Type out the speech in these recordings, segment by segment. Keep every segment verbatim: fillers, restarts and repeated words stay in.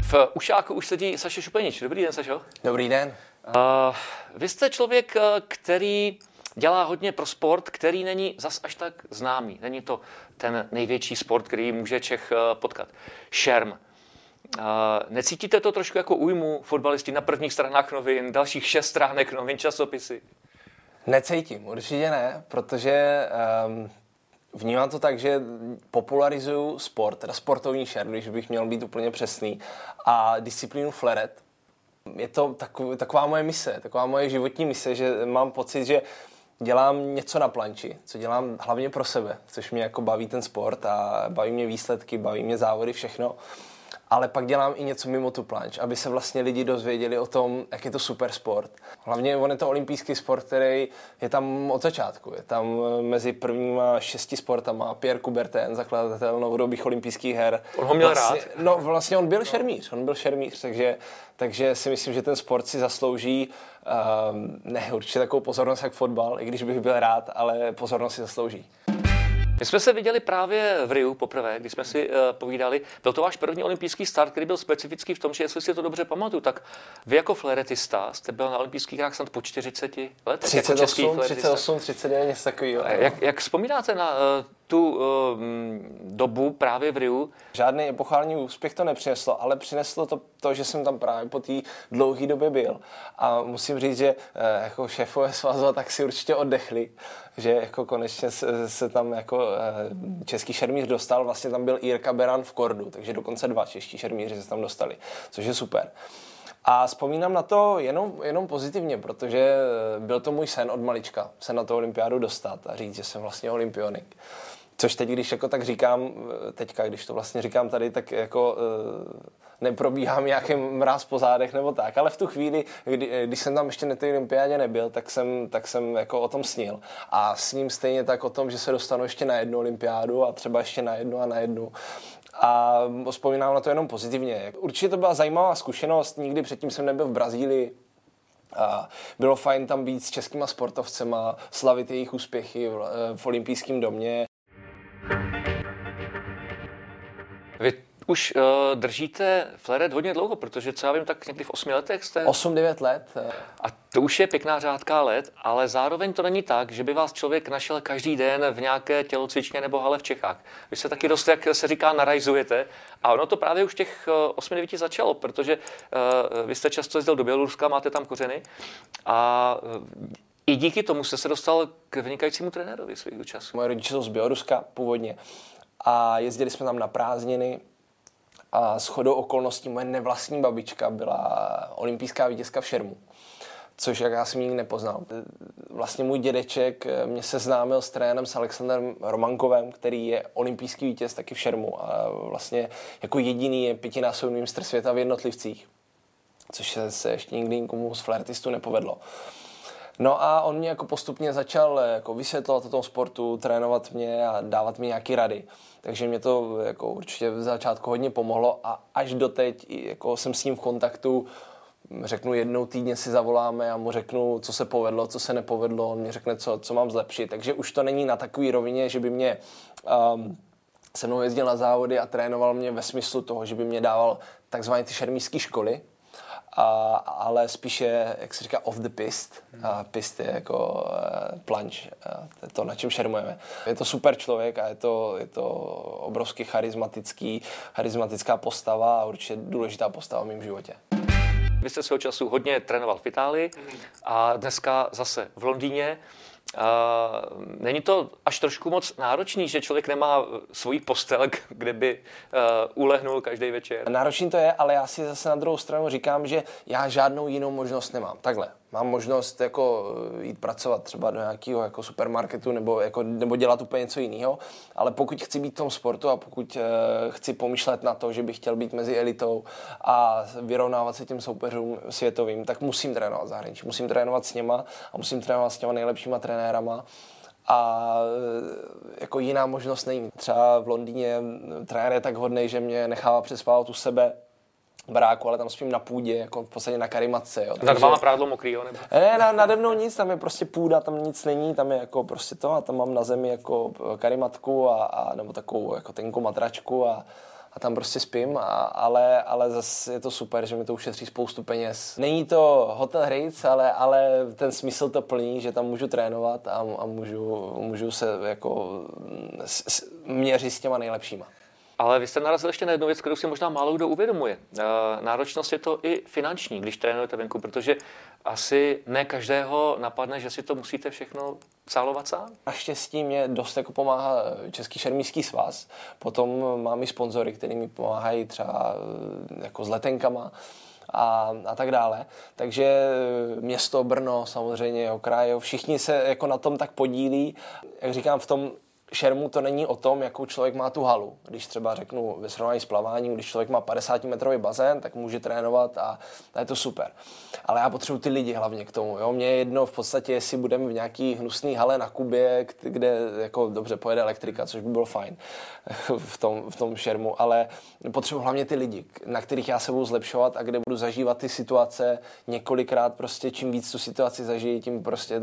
V ušáku už sedí Saša Šupenič. Dobrý den, Sašo. Dobrý den. Uh, vy jste člověk, který dělá hodně pro sport, který není zas až tak známý. Není to ten největší sport, který může Čech potkat. Šerm. Uh, necítíte to trošku jako újmu fotbalisti na prvních stranách novin, dalších šest stránek novin, časopisy? Necítím, určitě ne, protože um, vnímám to tak, že popularizuju sport, teda sportovní šerm, když bych měl být úplně přesný, a disciplínu fleret. Je to takový, taková moje mise, taková moje životní mise, že mám pocit, že dělám něco na planči, co dělám hlavně pro sebe, což mě jako baví ten sport a baví mě výsledky, baví mě závody, všechno. Ale pak dělám i něco mimo tu planč, aby se vlastně lidi dozvěděli o tom, jak je to super sport. Hlavně on je to olympijský sport, který je tam od začátku. Je tam mezi prvníma šesti sportama Pierre Coubertin, zakladatel novodobých olympijských her. On ho měl vlastně, rád? No vlastně on byl šermíř, on byl šermíř, takže, takže si myslím, že ten sport si zaslouží um, ne určitě takovou pozornost jak fotbal, i když bych byl rád, ale pozornost si zaslouží. My jsme se viděli právě v Riu poprvé, když jsme si uh, povídali. Byl to váš první olympijský start, který byl specifický v tom, že jestli si to dobře pamatuju, tak vy jako fleretista jste byl na olympijských hrách snad po čtyřiceti letech. třicet osm, třicet osm, třicet devět, něco takového. Jak, jak vzpomínáte na uh, tu uh, dobu právě v Riu? Žádný epochální úspěch to nepřineslo, ale přineslo to, to že jsem tam právě po té dlouhé době byl. A musím říct, že eh, jako šéfové svazu tak si určitě oddechli, že jako konečně se, se tam jako eh, český šermíř dostal. Vlastně tam byl Jirka Beran v kordu, takže dokonce dva čeští šermíři se tam dostali, což je super. A vzpomínám na to jenom, jenom pozitivně, protože byl to můj sen od malička, se na to olympiádu dostat a říct, že jsem vlastně olympionik. Což teď, když jako tak říkám, teďka, když to vlastně říkám tady, tak jako neprobíhám nějaký mráz po zádech nebo tak, ale v tu chvíli, kdy, když jsem tam ještě na té olympiádě nebyl, tak jsem, tak jsem jako o tom snil. A sním stejně tak o tom, že se dostanu ještě na jednu olympiádu a třeba ještě na jednu a na jednu. A vzpomínám na to jenom pozitivně. Určitě to byla zajímavá zkušenost, nikdy předtím jsem nebyl v Brazílii. A bylo fajn tam být s českýma sportovcema, slavit jejich úspěchy v, v olympijském domě. Vy už uh, držíte fleret hodně dlouho, protože co já vím, tak někdy v osmi letech jste... osm devět let. A to už je pěkná řádká let, ale zároveň to není tak, že by vás člověk našel každý den v nějaké tělocvičně nebo hale v Čechách. Vy se taky dost, jak se říká, narajzujete. A ono to právě už těch osmi devěti začalo, protože uh, vy jste často jezdil do Běloruska, máte tam kořeny a uh, i díky tomu jste se dostal k vynikajícímu trenérovi svého času. Moje rodiče jsou z Běloruska původně a jezdili jsme tam na prázdniny a shodou okolností moje nevlastní babička byla olympijská vítězka v šermu, což jak já jsem nikdy nepoznal. Vlastně můj dědeček mě seznámil s trenérem s Alexandrem Romankovem, který je olympijský vítěz taky v šermu a vlastně jako jediný je pětinásobný mistr světa v jednotlivcích, což se, se ještě nikdy nikomu z flertistů nepovedlo. No a on mě jako postupně začal jako vysvětlovat o tom sportu, trénovat mě a dávat mi nějaké rady. Takže mě to jako určitě v začátku hodně pomohlo a až doteď jako jsem s ním v kontaktu, řeknu jednou týdně si zavoláme, já mu řeknu, co se povedlo, co se nepovedlo, on mi řekne, co, co mám zlepšit. Takže už to není na takové rovině, že by mě um, se mnou jezdil na závody a trénoval mě ve smyslu toho, že by mě dával takzvané ty šermířské školy, A, ale spíše, jak se říká, off the pist. A pist je jako uh, planč, uh, to, na čem šermujeme. Je to super člověk a je to, je to obrovský charismatický, charismatická postava a určitě důležitá postava v mém životě. Vy jste svého času hodně trénoval v Itálii a dneska zase v Londýně. Uh, není to až trošku moc náročný, že člověk nemá svůj postel, kde by uh, ulehnul každý večer? Náročný to je, ale já si zase na druhou stranu říkám, že já žádnou jinou možnost nemám. Takhle, mám možnost jako jít pracovat třeba do nějakého jako supermarketu nebo, jako, nebo dělat úplně něco jiného, ale pokud chci být v tom sportu a pokud uh, chci pomýšlet na to, že bych chtěl být mezi elitou a vyrovnávat se těm soupeřům světovým, tak musím trénovat v zahraničí. Musím trénovat s něma a musím trénovat s těma nejlepšíma trenérama. A jako jiná možnost není. Třeba v Londýně trenér je tak hodnej, že mě nechává přespávat u sebe baráku, ale tam spím na půdě, jako v podstatě na karimatce. Jo. Tak vám má prádlo mokrý, jo? Nebo? Ne, na, nade mnou nic, tam je prostě půda, tam nic není, tam je jako prostě to a tam mám na zemi jako karimatku a, a nebo takovou jako tenkou matračku a, a tam prostě spím, a, ale, ale zase je to super, že mi to ušetří spoustu peněz. Není to Hotel Ritz, ale, ale ten smysl to plní, že tam můžu trénovat a, a můžu, můžu se jako s, s, měřit s těma nejlepšíma. Ale vy jste narazil ještě na jednu věc, kterou si možná málo kdo uvědomuje. Náročnost je to i finanční, když trénujete venku, protože asi ne každého napadne, že si to musíte všechno sálovat sám. Naštěstí mě dost jako pomáhá Český šermířský svaz. Potom mám i sponzory, kteří mi pomáhají třeba jako s letenkama a, a tak dále. Takže město Brno, samozřejmě, jeho kraj, všichni se jako na tom tak podílí. Jak říkám, v tom šermu to není o tom, jakou člověk má tu halu. Když třeba řeknu ve srovnání s plaváním, když člověk má padesátimetrový bazén, tak může trénovat a, a je to super. Ale já potřebuji ty lidi hlavně k tomu. Jo? Mně je jedno v podstatě, jestli budeme v nějaký hnusný hale na Kubě, kde jako dobře pojede elektrika, což by bylo fajn v tom, v tom šermu, ale potřebuji hlavně ty lidi, na kterých já se budu zlepšovat a kde budu zažívat ty situace několikrát. Prostě čím víc tu situaci zažiji, tím prostě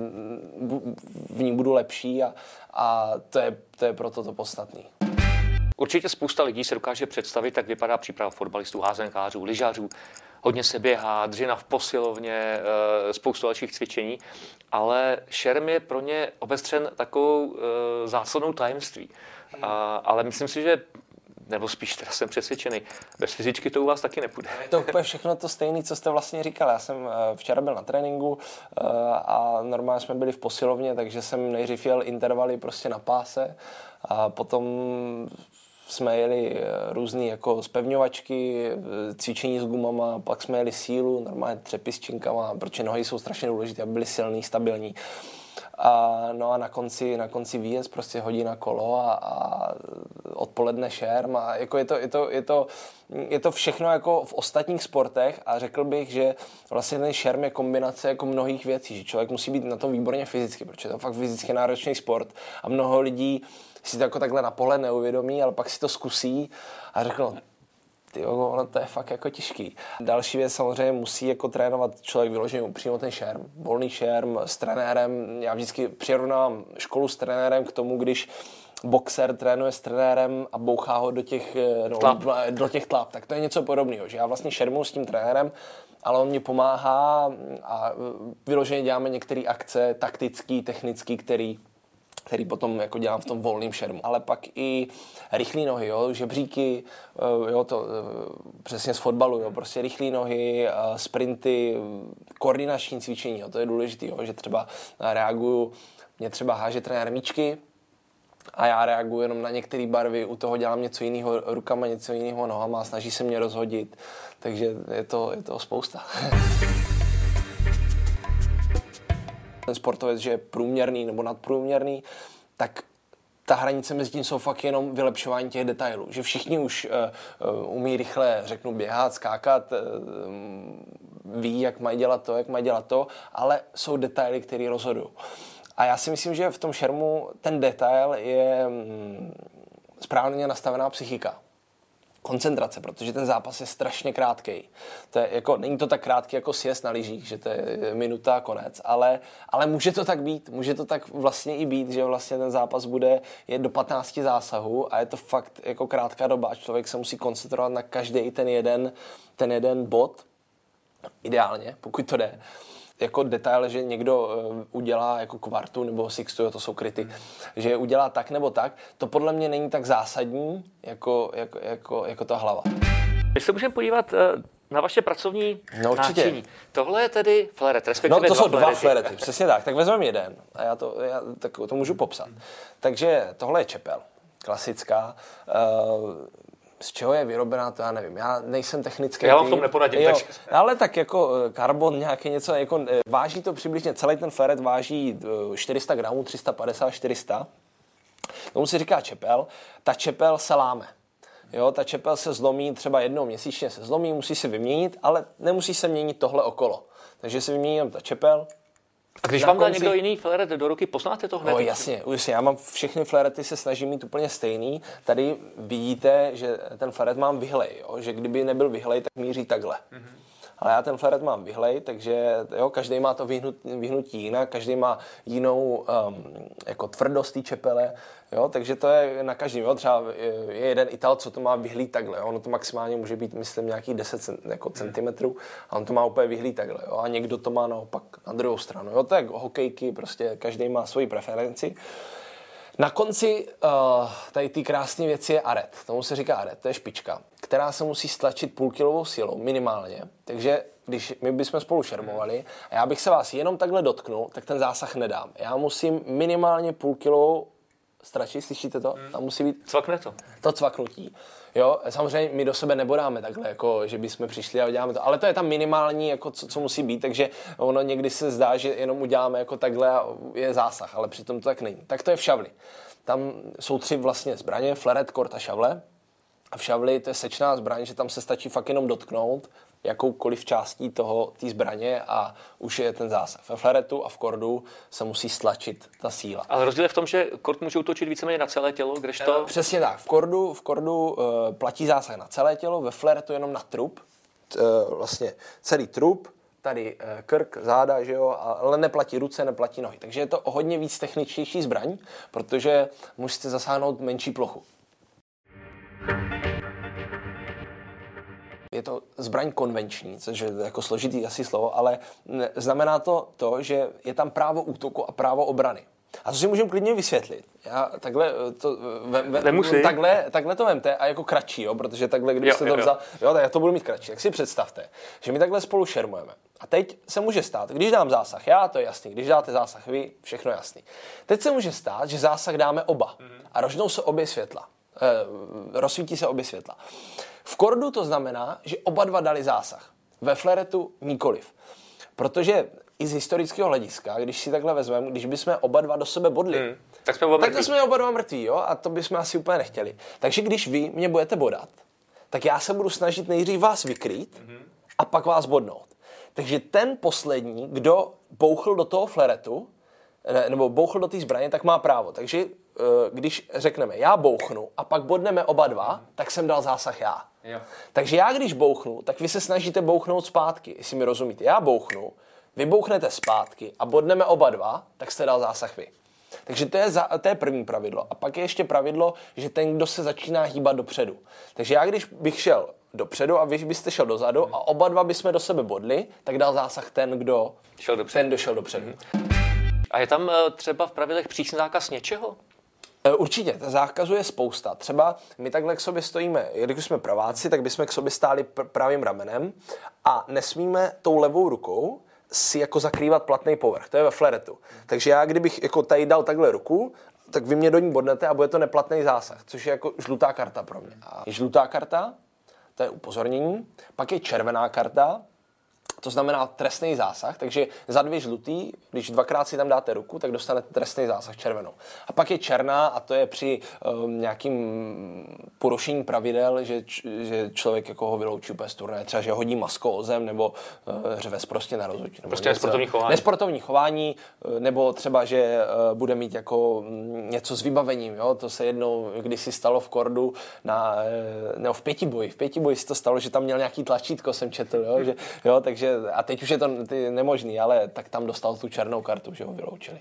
v ní budu lepší a, a to je To je proto to podstatný. Určitě spousta lidí se dokáže představit, jak vypadá příprava fotbalistů, házenkářů, lyžařů. Hodně se běhá, dřina v posilovně, spoustu dalších cvičení, ale šerm je pro ně obestřen takovou zásadnou tajemství. A, ale myslím si, že nebo spíš teda jsem přesvědčený, bez fyzičky to u vás taky nepůjde. Je to úplně všechno to stejné, co jste vlastně říkal. Já jsem včera byl na tréninku a normálně jsme byli v posilovně, takže jsem nejdřív jel intervaly prostě na páse a potom jsme jeli různý jako zpevňovačky, cvičení s gumama, pak jsme jeli sílu, normálně třepy s činkama, protože nohy jsou strašně důležité, aby byly silný, stabilní. A, no a na konci, na konci výjezd prostě hodina kolo a, a odpoledne šerm a jako je to, je to, je to, je to všechno jako v ostatních sportech a řekl bych, že vlastně ten šerm je kombinace jako mnohých věcí, že člověk musí být na tom výborně fyzicky, protože to je fakt fyzicky náročný sport a mnoho lidí si to jako takhle na pohled neuvědomí, ale pak si to zkusí a řeknou, tyjo, ono to je fakt jako těžký. Další věc samozřejmě musí jako trénovat člověk vyloženě přímo ten šerm, volný šerm s trenérem. Já vždycky přirovnávám školu s trenérem k tomu, když boxer trénuje s trenérem a bouchá ho do těch, no, tlap. do těch tlap. Tak to je něco podobného, že já vlastně šermu s tím trenérem, ale on mě pomáhá a vyloženě děláme některé akce taktický, technický, který který potom jako dělám v tom volném šermu. Ale pak i rychlé nohy, jo, žebříky, jo, to přesně z fotbalu, jo, prostě rychlé nohy, sprinty, koordinační cvičení, jo, to je důležité, jo, že třeba reaguju, mě třeba háže trenér míčky a já reaguju jenom na některé barvy, u toho dělám něco jiného rukama, něco jiného nohama, snaží se mě rozhodit, takže je to, je to spousta. Ten sportovec, že je průměrný nebo nadprůměrný, tak ta hranice mezi tím jsou fakt jenom vylepšování těch detailů. Že všichni už uh, uh, umí rychle, řeknu, běhat, skákat, uh, ví, jak mají dělat to, jak mají dělat to, ale jsou detaily, které rozhodují. A já si myslím, že v tom šermu ten detail je um, správně nastavená psychika. Koncentrace, protože ten zápas je strašně krátkej. To je jako, není to tak krátký jako sjezd na lyžích, že to je minuta a konec, ale, ale může to tak být, může to tak vlastně i být, že vlastně ten zápas bude je do patnácti zásahů a je to fakt jako krátká doba a člověk se musí koncentrovat na každý ten jeden, ten jeden bod, ideálně, pokud to jde. Jako detail, že někdo udělá jako kvartu nebo sixtu, to jsou kryty, že udělá tak nebo tak, to podle mě není tak zásadní jako, jako, jako, jako ta hlava. My se můžeme podívat na vaše pracovní no, náčiní. Tohle je tedy fleret, respektive No to dva jsou dva flerety. flerety, přesně tak. Tak vezmeme jeden a já to, já, tak to můžu popsat. Takže tohle je čepel, klasická. Uh, Z čeho je vyrobená, to já nevím. Já nejsem technický. Já vám v tom neporadím. Jo, Tak... ale tak jako karbon, nějaké něco, jako, váží to přibližně, celý ten fleret váží čtyři sta gramů, tři sta padesát, čtyři sta. Tomu se říká čepel. Ta čepel se láme. Jo, ta čepel se zlomí, třeba jednou měsíčně se zlomí, musí se vyměnit, ale nemusí se měnit tohle okolo. Takže se vymění jenom ta čepel. A když na vám dá konci... někdo jiný fleret do ruky, poznáte to hned? No jasně, jasně, já mám všechny flerety, se snažím mít úplně stejný. Tady vidíte, že ten fleret mám vyhlej, jo? Že kdyby nebyl vyhlej, tak míří takhle. Mm-hmm. ale já ten flaret mám vyhlej, takže jo, každý má to vyhnut, vyhnutí jinak, každý má jinou um, jako tvrdost té čepele, jo, takže to je na každém, jo, třeba je jeden Ital, co to má vyhlít takhle, jo, ono to maximálně může být, myslím, nějakých deset cent, jako centimetrů a on to má úplně vyhlít takhle, jo, a někdo to má naopak na druhou stranu, jo, to je hokejky, prostě každý má svoji preferenci. Na konci uh, tady ty krásné věci je aret. Tomu se říká aret, to je špička, která se musí stlačit půlkilovou silou minimálně. Takže když my bychom spolu šermovali a já bych se vás jenom takhle dotknul, tak ten zásah nedám. Já musím minimálně půlkilovou stračit, slyšíte to? Tam musí být Cvakne to. To cvaknutí. Jo, samozřejmě my do sebe nebodáme takhle, jako, že bychom přišli a uděláme to, ale to je tam minimální, jako, co, co musí být, takže ono někdy se zdá, že jenom uděláme jako takhle a je zásah, ale přitom to tak není. Tak to je v šavli. Tam jsou tři vlastně zbraně, flaret, kort a šavle. A v šavli to je sečná zbraň, že tam se stačí fakt jenom dotknout jakoukoliv částí toho, té zbraně a už je ten zásah. Ve flaretu a v kordu se musí stlačit ta síla. Ale rozdíl je v tom, že kort může útočit víceméně na celé tělo, kdežto... E, přesně tak. V kordu, v kordu uh, platí zásah na celé tělo, ve flaretu jenom na trup. Uh, vlastně celý trup, tady uh, krk, záda, že jo, ale neplatí ruce, neplatí nohy. Takže je to o hodně víc techničtější zbraň, protože musíte zasáhnout menší plochu. Je to zbraň konvenční, což je jako složitý asi slovo, ale znamená to to, že je tam právo útoku a právo obrany. A to si můžeme klidně vysvětlit. Já takhle to, ve, ve, takhle, takhle to vemte a jako kratší, jo, protože takhle, kdybyste to vzal, jo, tak já to budu mít kratší. Tak si představte, že my takhle spolu šermujeme. A teď se může stát, když dám zásah já, to je jasný, když dáte zásah vy, všechno jasný. Teď se může stát, že zásah dáme oba a rožnou se obě světla. E, rozsvítí se obě světla. V kordu to znamená, že oba dva dali zásah. Ve flaretu nikoliv. Protože i z historického hlediska, když si takhle vezmeme, když bychom oba dva do sebe bodli, hmm. tak jsme oba tak to jsme oba dva mrtví, jo? A to bychom asi úplně nechtěli. Takže když vy mě budete bodat, tak já se budu snažit nejdřív vás vykrýt hmm. a pak vás bodnout. Takže ten poslední, kdo bouchl do toho flaretu, nebo bouchl do té zbraně, tak má právo. Takže když řekneme já bouchnu a pak bodneme oba dva, tak jsem dal zásah já. Jo. Takže já když bouchnu, tak vy se snažíte bouchnout zpátky, jestli mi rozumíte. Já bouchnu, vy bouchnete zpátky a bodneme oba dva, tak jste dal zásah vy. Takže to je, za, to je první pravidlo. A pak je ještě pravidlo, že ten, kdo se začíná hýbat dopředu. Takže já když bych šel dopředu a vy byste šel dozadu a oba dva bychom do sebe bodli, tak dal zásah ten, kdo šel dopředu. ten došel dopředu. A je tam třeba v pravidlech přísný zákaz něčeho? Určitě, ta zákazu je spousta. Třeba my takhle k sobě stojíme, když jsme praváci, tak bychom k sobě stáli pr- pravým ramenem a nesmíme tou levou rukou si jako zakrývat platný povrch. To je ve flaretu. Takže já, kdybych jako tady dal takhle ruku, tak vy mě do ní bodnete a bude to neplatný zásah, což je jako žlutá karta pro mě. A je žlutá karta, to je upozornění, pak je červená karta, to znamená trestný zásah, takže za dvě žlutý, když dvakrát si tam dáte ruku, tak dostanete trestný zásah červenou. A pak je černá a to je při um, nějakým porušení pravidel, že, č- že člověk jako ho vyloučí úplně z turnaje, třeba že hodí maskou o zem nebo uh, řve prostě na rozhodčí. Prostě nesportovní chování. Nesportovní chování, nebo třeba, že uh, bude mít jako um, něco s vybavením, jo? To se jednou kdysi stalo v kordu, na, uh, nebo v pětiboji, v pětiboji se to stalo, že tam měl nějaký tlačítko, jsem četl, jo? Že, jo, takže a teď už je to ty nemožný, ale tak tam dostal tu černou kartu, že ho vyloučili.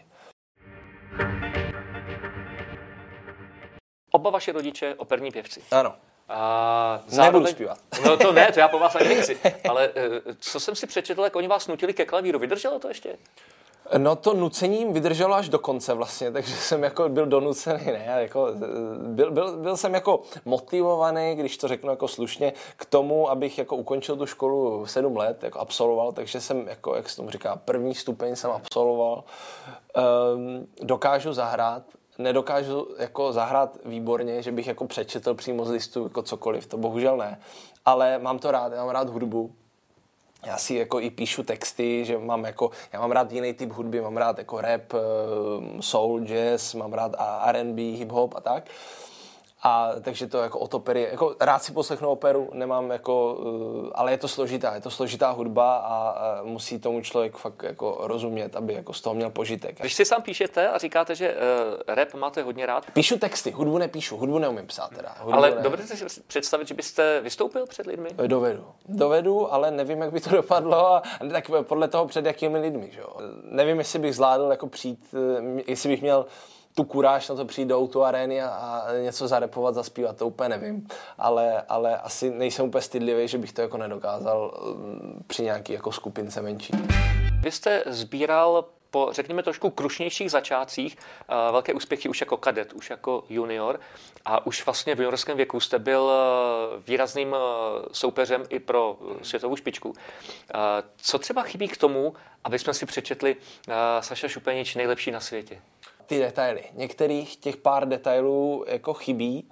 Oba vaše rodiče operní pěvci. Ano. A zároveň... Nebudu zpívat. No to ne, to já po vás ani nechci. Ale co jsem si přečetl, jak oni vás nutili ke klavíru, vydrželo to ještě? No to nucením vydrželo až do konce vlastně, takže jsem jako byl donucený, ne, jako byl, byl, byl jsem jako motivovaný, když to řeknu jako slušně, k tomu, abych jako ukončil tu školu sedm let, jako absolvoval, takže jsem jako, jak se tomu říká, první stupeň jsem absolvoval, um, dokážu zahrát, nedokážu jako zahrát výborně, že bych jako přečetl přímo z listu jako cokoliv, to bohužel ne, ale mám to rád, já mám rád hudbu. Já si jako i píšu texty, že mám jako, já mám rád jiný typ hudby, mám rád jako rap, soul, jazz, mám rád R and B, hip-hop a tak. A takže to jako otopery, jako rád si poslechnu operu, nemám jako, ale je to složitá, je to složitá hudba a musí tomu člověk fakt jako rozumět, aby jako z toho měl požitek. Když si sám píšete a říkáte, že uh, rap máte hodně rád. Píšu texty, hudbu nepíšu, hudbu neumím psát teda. Hudbu ale ne... dovedete si představit, že byste vystoupil před lidmi? Dovedu. Dovedu, ale nevím, jak by to dopadlo a tak podle toho před jakými lidmi, že jo. Nevím, jestli bych zvládl jako přijít, jestli bych měl tu kuráž na to přijít do auto arény a, a něco zarepovat, zaspívat, to úplně nevím. Ale, ale asi nejsem úplně stydlivý, že bych to jako nedokázal při nějaký jako skupince menší. Vy jste sbíral po, řekněme, trošku krušnějších začátcích uh, velké úspěchy už jako kadet, už jako junior a už vlastně v juniorském věku jste byl uh, výrazným uh, soupeřem i pro uh, světovou špičku. Uh, co třeba chybí k tomu, aby jsme si přečetli uh, Saša Šupenič nejlepší na světě? Ty detaily. Některých těch pár detailů jako chybí.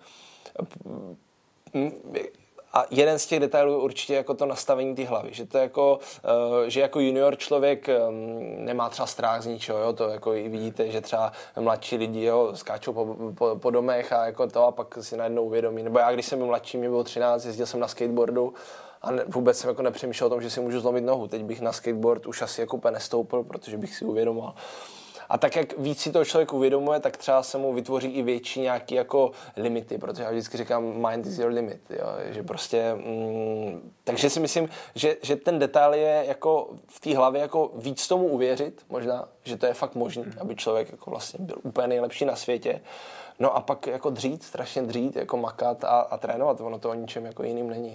A jeden z těch detailů je určitě jako to nastavení té hlavy, že to jako, že jako junior člověk nemá třeba strach z ničeho, jo? To jako i vidíte, že třeba mladší lidi, jo, skáčou po, po, po domech a jako to a pak si najednou uvědomí. Nebo já, když jsem byl mladší, mě bylo třináct, jezdil jsem na skateboardu a ne, vůbec jsem jako nepřemýšlel o tom, že si můžu zlomit nohu. Teď bych na skateboard už asi jako úplně nestoupil, protože bych si uvědomoval. A tak, jak víc si to člověk uvědomuje, tak třeba se mu vytvoří i větší nějaký jako limity, protože já vždycky říkám mind is your limit, jo? Že prostě, mm, takže si myslím, že, že ten detail je jako v té hlavě jako víc tomu uvěřit, možná, že to je fakt možné, aby člověk jako vlastně byl úplně nejlepší na světě. No a pak jako dřít, strašně dřít, jako makat a, a trénovat, ono to o ničem jako jiným není.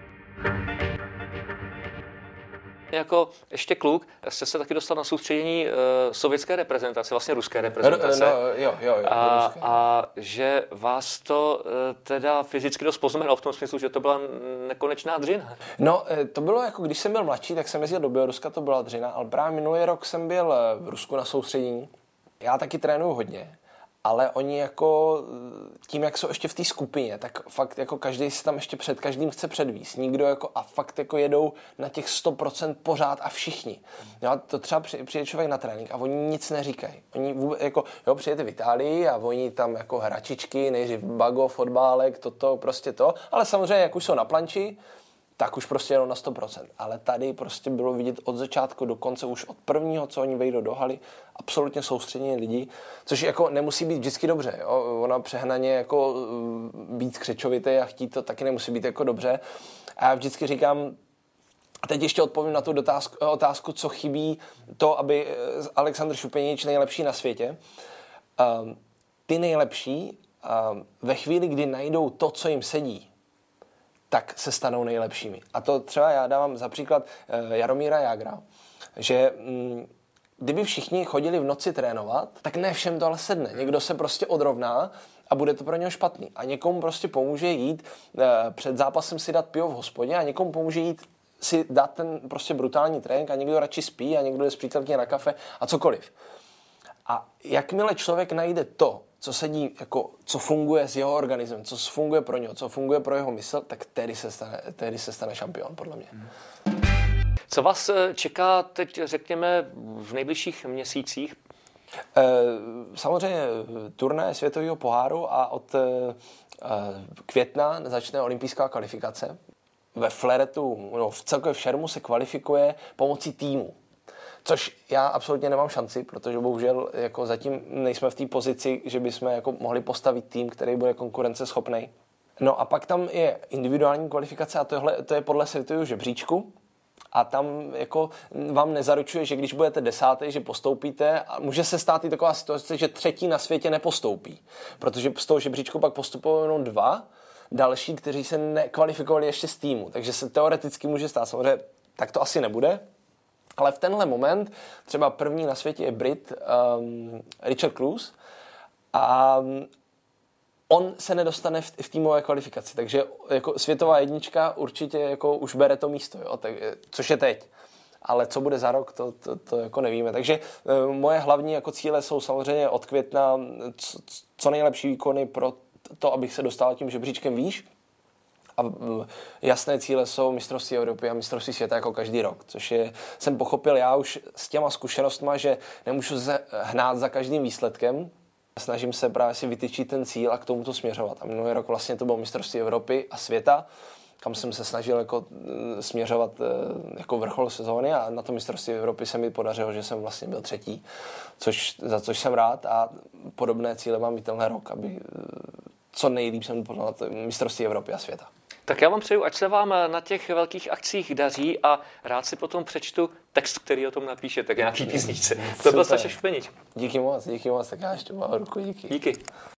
Jako ještě kluk jste se taky dostal na soustředění uh, sovětské reprezentace, vlastně ruské reprezentace. No, jo, jo, jo, a, a že vás to uh, teda fyzicky dost poznamenalo v tom smyslu, že to byla nekonečná dřina. No, to bylo jako, když jsem byl mladší, tak jsem jezdil do Běloruska, to byla dřina, ale právě minulý rok jsem byl v Rusku na soustředění. Já taky trénuju hodně. Ale oni jako tím, jak jsou ještě v té skupině, tak fakt jako každý si tam ještě před každým chce předvíst. Nikdo jako a fakt jako jedou na těch sto procent pořád a všichni. Jo, to třeba přijde člověk na trénink a oni nic neříkají. Oni vůbec jako, jo, přijete v Itálii a oni tam jako hračičky, nejdřív bago, fotbálek, toto, prostě to. Ale samozřejmě, jak už jsou na planči, tak už prostě jenom na sto procent. Ale tady prostě bylo vidět od začátku do konce, už od prvního, co oni vejdou do haly, absolutně soustředění lidí, což jako nemusí být vždycky dobře. Jo? Ona přehnaně jako být křečovitý a chtít to taky nemusí být jako dobře. A já vždycky říkám, a teď ještě odpovím na tu dotázku, otázku, co chybí to, aby Alexandr Šupenič nejlepší na světě. Um, ty nejlepší um, ve chvíli, kdy najdou to, co jim sedí, tak se stanou nejlepšími. A to třeba já dávám za příklad uh, Jaromíra Jágra, že um, kdyby všichni chodili v noci trénovat, tak ne všem to ale sedne. Někdo se prostě odrovná a bude to pro něho špatný. A někomu prostě pomůže jít uh, před zápasem si dát pivo v hospodě a někomu pomůže jít si dát ten prostě brutální trénink a někdo radši spí a někdo jde s přítelkyní na kafe a cokoliv. A jakmile člověk najde to, co sedí, jako, co funguje s jeho organismem, co funguje pro něho, co funguje pro jeho mysl, tak tehdy se stane, tehdy se stane šampion, podle mě. Co vás čeká teď, řekněme, v nejbližších měsících? Samozřejmě turné světového poháru a od května začne olympijská kvalifikace. Ve fleretu, no, v celkově v šermu se kvalifikuje pomocí týmu. Což já absolutně nemám šanci, protože bohužel jako zatím nejsme v té pozici, že bychom jako mohli postavit tým, který bude konkurenceschopný. No a pak tam je individuální kvalifikace a tohle, to je podle světového žebříčku. A tam jako vám nezaručuje, že když budete desátý, že postoupíte, a může se stát i taková situace, že třetí na světě nepostoupí. Protože z toho žebříčku pak postupují jenom dva další, kteří se nekvalifikovali ještě z týmu. Takže se teoreticky může stát. Samozřejmě tak to asi nebude. Ale v tenhle moment třeba první na světě je Brit um, Richard Cruise a on se nedostane v, v týmové kvalifikaci, takže jako světová jednička určitě jako už bere to místo, jo, tak, což je teď. Ale co bude za rok, to, to, to jako nevíme. Takže uh, moje hlavní jako cíle jsou samozřejmě od května co, co nejlepší výkony pro to, abych se dostal tím žebříčkem výš. A jasné cíle jsou mistrovství Evropy a mistrovství světa jako každý rok, což je, jsem pochopil já už s těma zkušenostma, že nemůžu se hnát za každým výsledkem, Snažím se právě si vytyčit ten cíl a k tomuto směřovat. A minulý rok vlastně to bylo mistrovství Evropy a světa, kam jsem se snažil jako směřovat jako vrchol sezóny a na to mistrovství Evropy se mi podařilo, že jsem vlastně byl třetí, což, za což jsem rád a podobné cíle mám i tenhle rok, aby co nejlíp jsem podal mistrovství Evropy a světa. Tak já vám přeju, ať se vám na těch velkých akcích daří a rád si potom přečtu text, který o tom napíšete, k nějaký písničce. To byl Staša Šupenič. Díky moc, díky moc, tak já ještě mám ruku, díky. Díky.